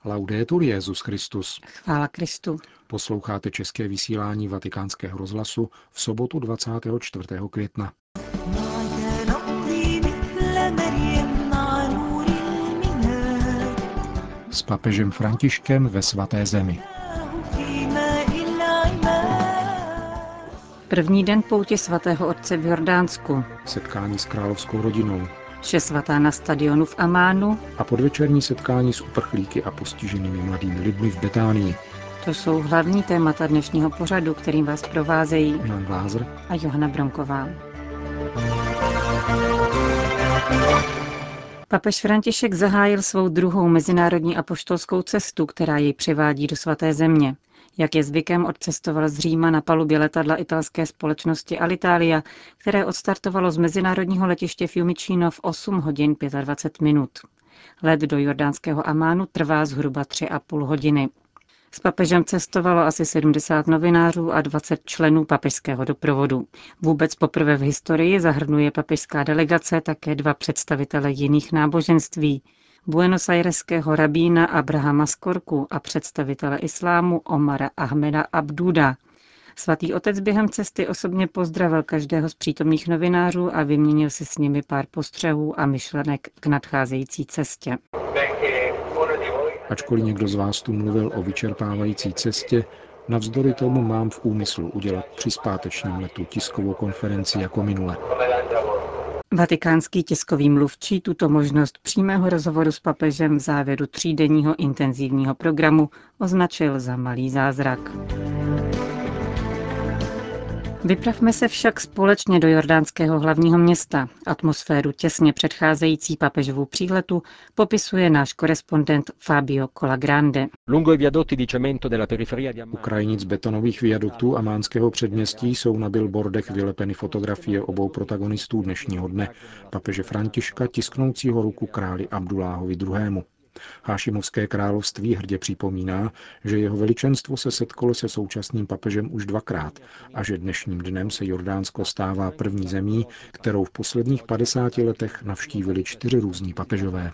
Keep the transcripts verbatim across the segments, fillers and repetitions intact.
Laudetur Jesus Christus. Chvála Kristu. Posloucháte české vysílání Vatikánského rozhlasu v sobotu dvacátého čtvrtého května. S papežem Františkem ve Svaté zemi. První den poutě svatého otce v Jordánsku. Setkání s královskou rodinou. Vše svatá na stadionu v Amánu. A podvečerní setkání s uprchlíky a postiženými mladými lidmi v Betánii. To jsou hlavní témata dnešního pořadu, kterým vás provázejí Jan Glázer a Johana Bronková. Papež František zahájil svou druhou mezinárodní apoštolskou cestu, která jej přivádí do svaté země. Jak je zvykem, odcestoval z Říma na palubě letadla italské společnosti Alitalia, které odstartovalo z mezinárodního letiště Fiumicino v osm hodin dvacet pět minut. Let do jordánského Amánu trvá zhruba tři a půl hodiny. S papežem cestovalo asi sedmdesát novinářů a dvacet členů papežského doprovodu. Vůbec poprvé v historii zahrnuje papežská delegace také dva představitele jiných náboženství. Buenosajreského rabína Abrahama Skorku a představitele islámu Omara Ahmeda Abduda. Svatý otec během cesty osobně pozdravil každého z přítomných novinářů a vyměnil si s nimi pár postřehů a myšlenek k nadcházející cestě. Ačkoliv někdo z vás tu mluvil o vyčerpávající cestě, navzdory tomu mám v úmyslu udělat při zpátečním letu tiskovou konferenci jako minule. Vatikánský tiskový mluvčí tuto možnost přímého rozhovoru s papežem v závěru třídenního intenzivního programu označil za malý zázrak. Vypravme se však společně do jordánského hlavního města. Atmosféru těsně předcházející papežovu příletu popisuje náš korespondent Fabio Colagrande. U krajnic betonových viaduktů amánského předměstí jsou na billboardech vylepeny fotografie obou protagonistů dnešního dne, papeže Františka tisknoucího ruku králi Abdulláhovi druhému. Hášimovské království hrdě připomíná, že jeho veličenstvo se setkalo se současným papežem už dvakrát a že dnešním dnem se Jordánsko stává první zemí, kterou v posledních padesáti letech navštívili čtyři různí papežové.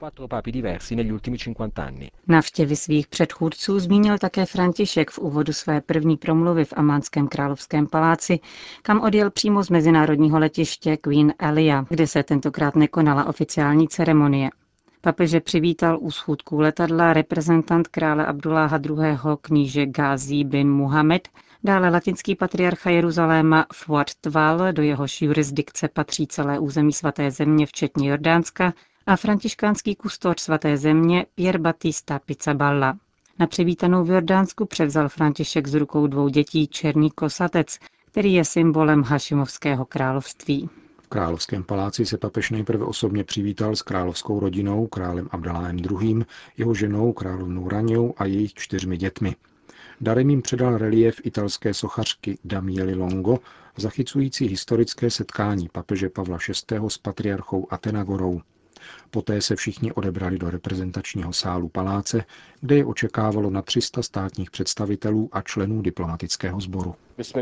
Navštěvy svých předchůdců zmínil také František v úvodu své první promluvy v amánském královském paláci, kam odjel přímo z mezinárodního letiště Queen Alia, kde se tentokrát nekonala oficiální ceremonie. Papeže přivítal u schůdků letadla reprezentant krále Abdulláha druhého. Kníže Gázi bin Muhammad, dále latinský patriarcha Jeruzaléma Fuad Tval, do jehož jurisdikce patří celé území svaté země, včetně Jordánska, a františkánský kustoř svaté země Pier Battista Pizzaballa. Na přivítanou v Jordánsku převzal František z rukou dvou dětí černý kosatec, který je symbolem Hašimovského království. V královském paláci se papež nejprve osobně přivítal s královskou rodinou, králem Abdaláhem druhým., jeho ženou, královnou Raňou a jejich čtyřmi dětmi. Darem jim předal reliéf italské sochařky Damiely Longo, zachycující historické setkání papeže Pavla šestého. S patriarchou Atenagorou. Poté se všichni odebrali do reprezentačního sálu paláce, kde je očekávalo na tři sta státních představitelů a členů diplomatického sboru.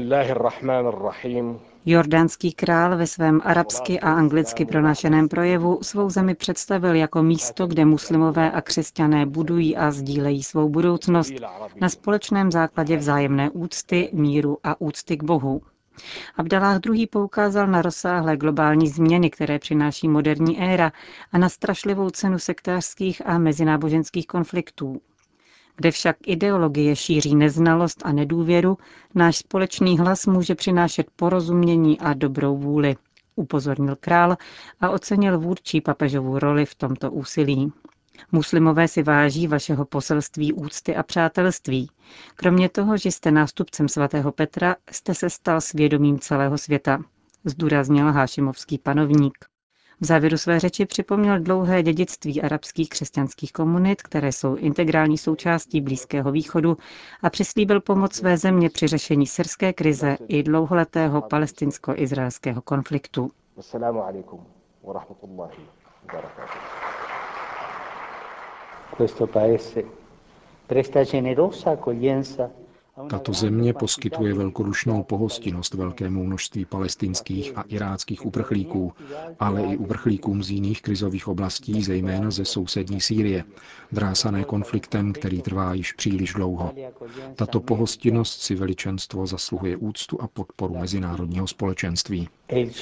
Jordánský král ve svém arabsky a anglicky pronášeném projevu svou zemi představil jako místo, kde muslimové a křesťané budují a sdílejí svou budoucnost na společném základě vzájemné úcty, míru a úcty k Bohu. Abdalláh druhý. poukázal na rozsáhlé globální změny, které přináší moderní éra, a na strašlivou cenu sektářských a mezináboženských konfliktů. Kde však ideologie šíří neznalost a nedůvěru, náš společný hlas může přinášet porozumění a dobrou vůli, upozornil král a ocenil vůdčí papežovu roli v tomto úsilí. Muslimové si váží vašeho poselství úcty a přátelství. Kromě toho, že jste nástupcem svatého Petra, jste se stal svědomím celého světa, zdůraznil hášimovský panovník. V závěru své řeči připomněl dlouhé dědictví arabských křesťanských komunit, které jsou integrální součástí Blízkého východu, a přislíbil pomoc své země při řešení syrské krize i dlouholetého palestinsko-izraelského konfliktu. Questo paese presta generosa accoglienza Tato země poskytuje velkodušnou pohostinnost velkému množství palestinských a iráckých uprchlíků, ale i uprchlíkům z jiných krizových oblastí, zejména ze sousední Sýrie, drásané konfliktem, který trvá již příliš dlouho. Tato pohostinnost si veličenstvo zasluhuje úctu a podporu mezinárodního společenství.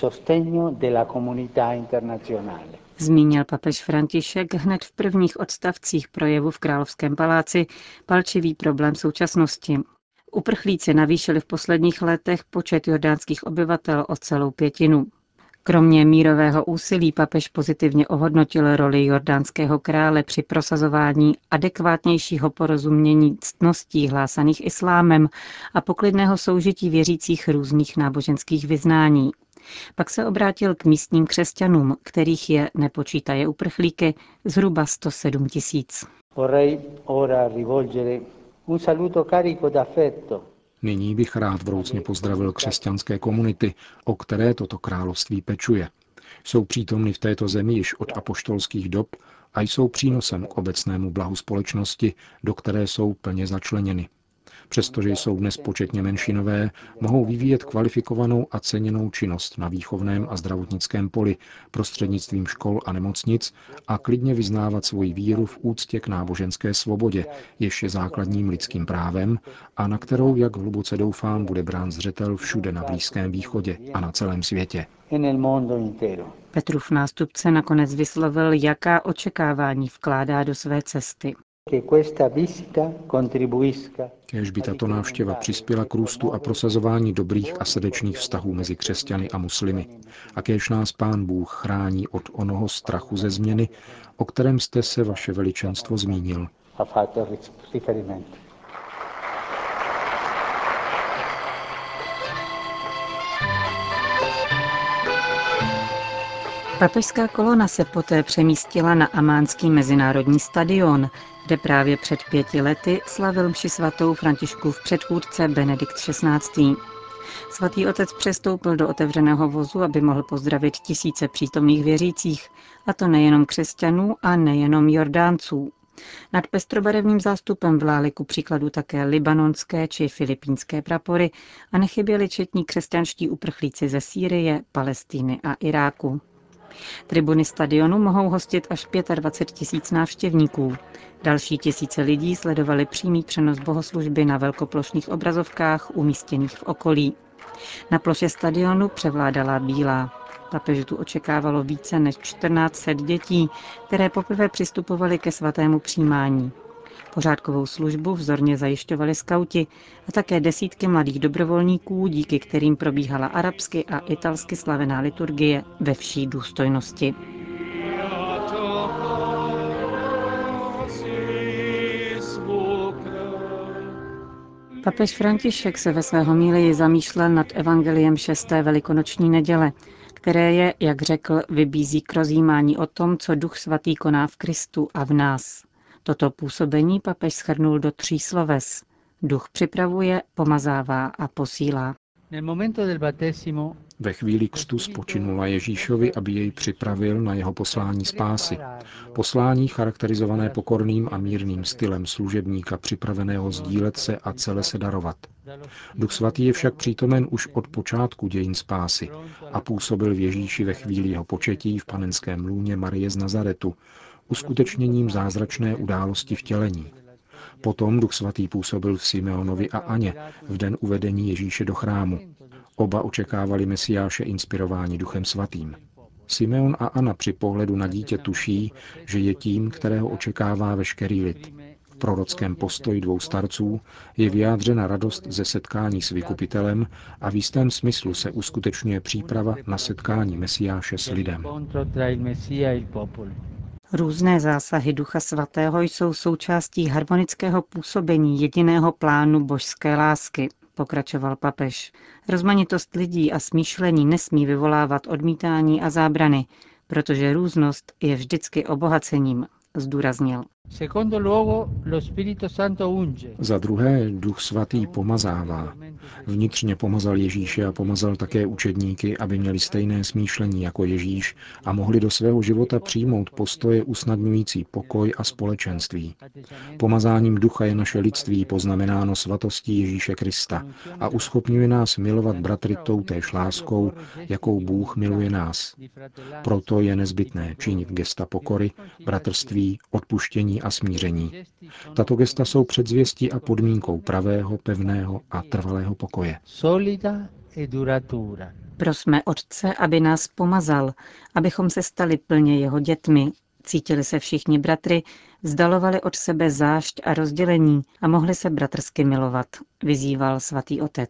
Zmínil papež František hned v prvních odstavcích projevu v Královském paláci palčivý problém současnosti. Uprchlíci navýšili v posledních letech počet jordánských obyvatel o celou pětinu. Kromě mírového úsilí papež pozitivně ohodnotil roli jordánského krále při prosazování adekvátnějšího porozumění ctností hlásaných islámem a poklidného soužití věřících různých náboženských vyznání. Pak se obrátil k místním křesťanům, kterých je, nepočítaje uprchlíky, zhruba sto sedm tisíc. Nyní bych rád vroucně pozdravil křesťanské komunity, o které toto království pečuje. Jsou přítomny v této zemi již od apoštolských dob a jsou přínosem k obecnému blahu společnosti, do které jsou plně začleněny. Přestože jsou dnes početně menšinové, mohou vyvíjet kvalifikovanou a ceněnou činnost na výchovném a zdravotnickém poli prostřednictvím škol a nemocnic a klidně vyznávat svoji víru v úctě k náboženské svobodě, jež je základním lidským právem a na kterou, jak hluboce doufám, bude brán zřetel všude na Blízkém východě a na celém světě. Petrův nástupce nakonec vyslovil, jaká očekávání vkládá do své cesty. Kéž by tato návštěva přispěla k růstu a prosazování dobrých a srdečných vztahů mezi křesťany a muslimy. A kéž nás Pán Bůh chrání od onoho strachu ze změny, o kterém jste se, vaše veličenstvo, zmínil. Papežská kolona se poté přemístila na Amánský mezinárodní stadion, kde právě před pěti lety slavil mši svatou Františkův předchůdce Benedikt šestnáctý. Svatý otec přestoupil do otevřeného vozu, aby mohl pozdravit tisíce přítomných věřících, a to nejenom křesťanů a nejenom Jordánců. Nad pestrobarevným zástupem vlály ku příkladu také libanonské či filipínské prapory a nechyběli četní křesťanští uprchlíci ze Sýrie, Palestiny a Iráku. Tribuny stadionu mohou hostit až dvacet pět tisíc návštěvníků. Další tisíce lidí sledovali přímý přenos bohoslužby na velkoplošných obrazovkách umístěných v okolí. Na ploše stadionu převládala bílá. Papeže tu očekávalo více než čtrnáct set dětí, které poprvé přistupovaly ke svatému přijímání. Pořádkovou službu vzorně zajišťovali skauti a také desítky mladých dobrovolníků, díky kterým probíhala arabsky a italsky slavená liturgie ve vší důstojnosti. Papež František se ve své homílii zamýšlel nad evangeliem šesté velikonoční neděle, které je, jak řekl, vybízí k rozjímání o tom, co Duch Svatý koná v Kristu a v nás. Toto působení papež shrnul do tří sloves. Duch připravuje, pomazává a posílá. Ve chvíli křtu spočinula Ježíšovi, aby jej připravil na jeho poslání spásy. Poslání charakterizované pokorným a mírným stylem služebníka připraveného sdílet se a celé se darovat. Duch Svatý je však přítomen už od počátku dějin spásy a působil v Ježíši ve chvíli jeho početí v panenském lůně Marie z Nazaretu, uskutečněním zázračné události vtělení. Potom Duch Svatý působil v Simeonovi a Aně v den uvedení Ježíše do chrámu. Oba očekávali Mesiáše inspirováni Duchem Svatým. Simeon a Anna při pohledu na dítě tuší, že je tím, kterého očekává veškerý lid. V prorockém postoji dvou starců je vyjádřena radost ze setkání s vykupitelem a v jistém smyslu se uskutečňuje příprava na setkání Mesiáše s lidem. Různé zásahy Ducha Svatého jsou součástí harmonického působení jediného plánu božské lásky, pokračoval papež. Rozmanitost lidí a smýšlení nesmí vyvolávat odmítání a zábrany, protože různost je vždycky obohacením, zdůraznil. Za druhé, Duch Svatý pomazává. Vnitřně pomazal Ježíše a pomazal také učedníky, aby měli stejné smýšlení jako Ježíš a mohli do svého života přijmout postoje usnadňující pokoj a společenství. Pomazáním Ducha je naše lidství poznamenáno svatostí Ježíše Krista a uschopňuje nás milovat bratry toutéž láskou, jakou Bůh miluje nás. Proto je nezbytné činit gesta pokory, bratrství, odpuštění a smíření. Tato gesta jsou předzvěstí a podmínkou pravého, pevného a trvalého pokoje. Prosme Otce, aby nás pomazal, abychom se stali plně jeho dětmi, cítili se všichni bratry, vzdalovali od sebe zášť a rozdělení a mohli se bratrsky milovat, vyzýval svatý otec.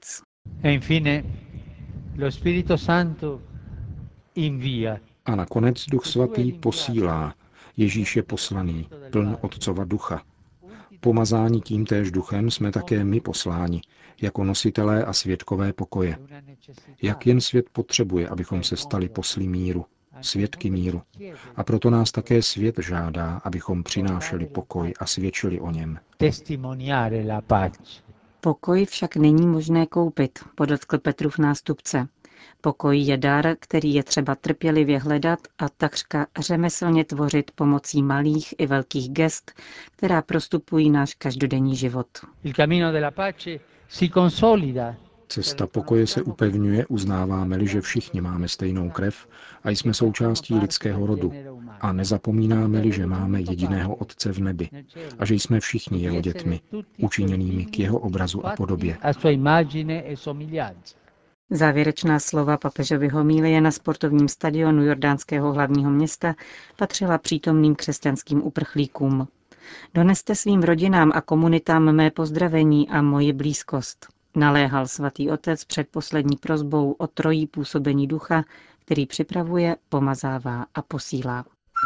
A nakonec Duch Svatý posílá. Ježíš je poslaný, pln Otcova ducha. Pomazáni tímtéž duchem jsme také my posláni, jako nositelé a svědkové pokoje. Jak jen svět potřebuje, abychom se stali poslí míru, svědky míru. A proto nás také svět žádá, abychom přinášeli pokoj a svědčili o něm. Pokoj však není možné koupit, podotkl Petrův nástupce. Pokoj je dar, který je třeba trpělivě hledat a takřka řemeslně tvořit pomocí malých i velkých gest, která prostupují náš každodenní život. Cesta pokoje se upevňuje, uznáváme-li, že všichni máme stejnou krev a jsme součástí lidského rodu. A nezapomínáme-li, že máme jediného Otce v nebi a že jsme všichni jeho dětmi, učiněnými k jeho obrazu a podobě. Závěrečná slova papežovy homilie na sportovním stadionu jordánského hlavního města patřila přítomným křesťanským uprchlíkům. Doneste svým rodinám a komunitám mé pozdravení a moji blízkost, naléhal svatý otec před poslední prosbou o trojí působení ducha, který připravuje, pomazává a posílá.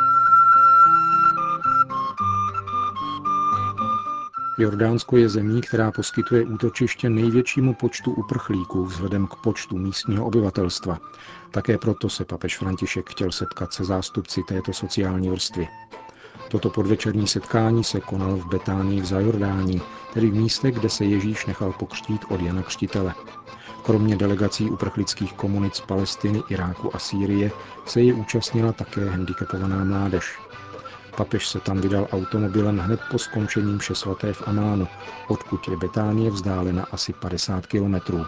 Jordánsko je zemí, která poskytuje útočiště největšímu počtu uprchlíků vzhledem k počtu místního obyvatelstva. Také proto se papež František chtěl setkat se zástupci této sociální vrstvy. Toto podvečerní setkání se konalo v Betánii v Zajordánii, tedy v místě, kde se Ježíš nechal pokřtít od Jana Křtitele. Kromě delegací uprchlických komunic z Palestiny, Iráku a Sýrie se je účastnila také handicapovaná mládež. Papež se tam vydal automobilem hned po skončení mše svaté v Amánu, odkud je Betánie vzdálena asi padesát kilometrů.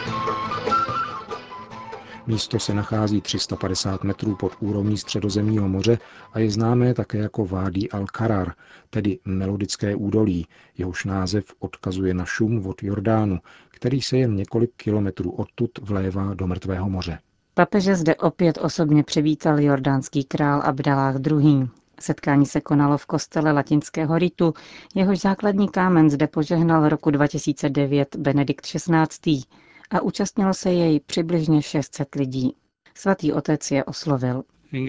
Místo se nachází tři sta padesát metrů pod úrovní Středozemního moře a je známé také jako Vádí al-Karar, tedy melodické údolí, jehož název odkazuje na šum vod Jordánu, který se jen několik kilometrů odtud vlévá do Mrtvého moře. Papeže zde opět osobně přivítal jordánský král Abdalláh druhý. Setkání se konalo v kostele latinského ritu, jehož základní kámen zde požehnal roku dva tisíce devět Benedikt šestnáctý. a účastnilo se jej přibližně šest set lidí. Svatý otec je oslovil.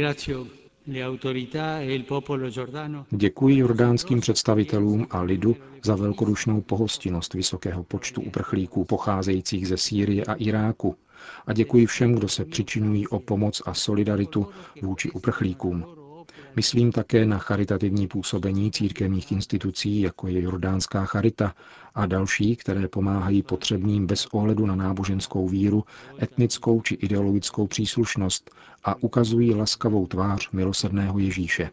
Děkuji jordánským představitelům a lidu za velkodušnou pohostinnost vysokého počtu uprchlíků pocházejících ze Sýrie a Iráku a děkuji všem, kdo se přičiňují o pomoc a solidaritu vůči uprchlíkům. Myslím také na charitativní působení církevních institucí, jako je Jordánská charita a další, které pomáhají potřebným bez ohledu na náboženskou víru, etnickou či ideologickou příslušnost a ukazují laskavou tvář milosrdného Ježíše.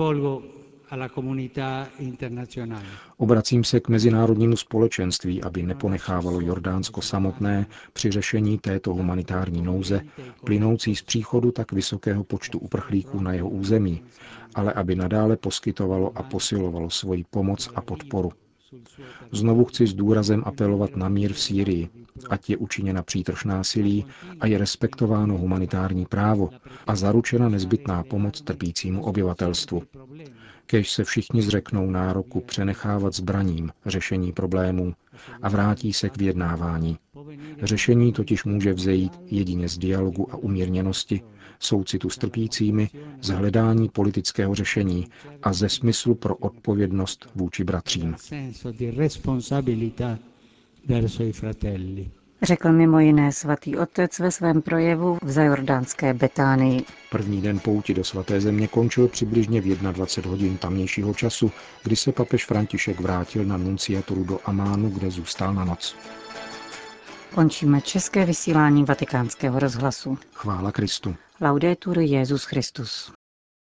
Obracím se k mezinárodnímu společenství, aby neponechávalo Jordánsko samotné při řešení této humanitární nouze, plynoucí z příchodu tak vysokého počtu uprchlíků na jeho území, ale aby nadále poskytovalo a posilovalo svoji pomoc a podporu. Znovu chci s důrazem apelovat na mír v Sýrii, ať je učiněna přítrž násilí a je respektováno humanitární právo a zaručena nezbytná pomoc trpícímu obyvatelstvu. Kéž se všichni zřeknou nároku přenechávat zbraním řešení problémů a vrátí se k vyjednávání. Řešení totiž může vzejít jedině z dialogu a umírněnosti, soucitu s trpícími, z hledání politického řešení a ze smyslu pro odpovědnost vůči bratřím. řekl mimo jiné svatý otec ve svém projevu v zajordánské Betánii. První den pouti do svaté země končil přibližně v dvacet jedna hodin tamnějšího času, kdy se papež František vrátil na nunciaturu do Amánu, kde zůstal na noc. Končíme české vysílání Vatikánského rozhlasu. Chvála Kristu. Laudetur Jesus Christus.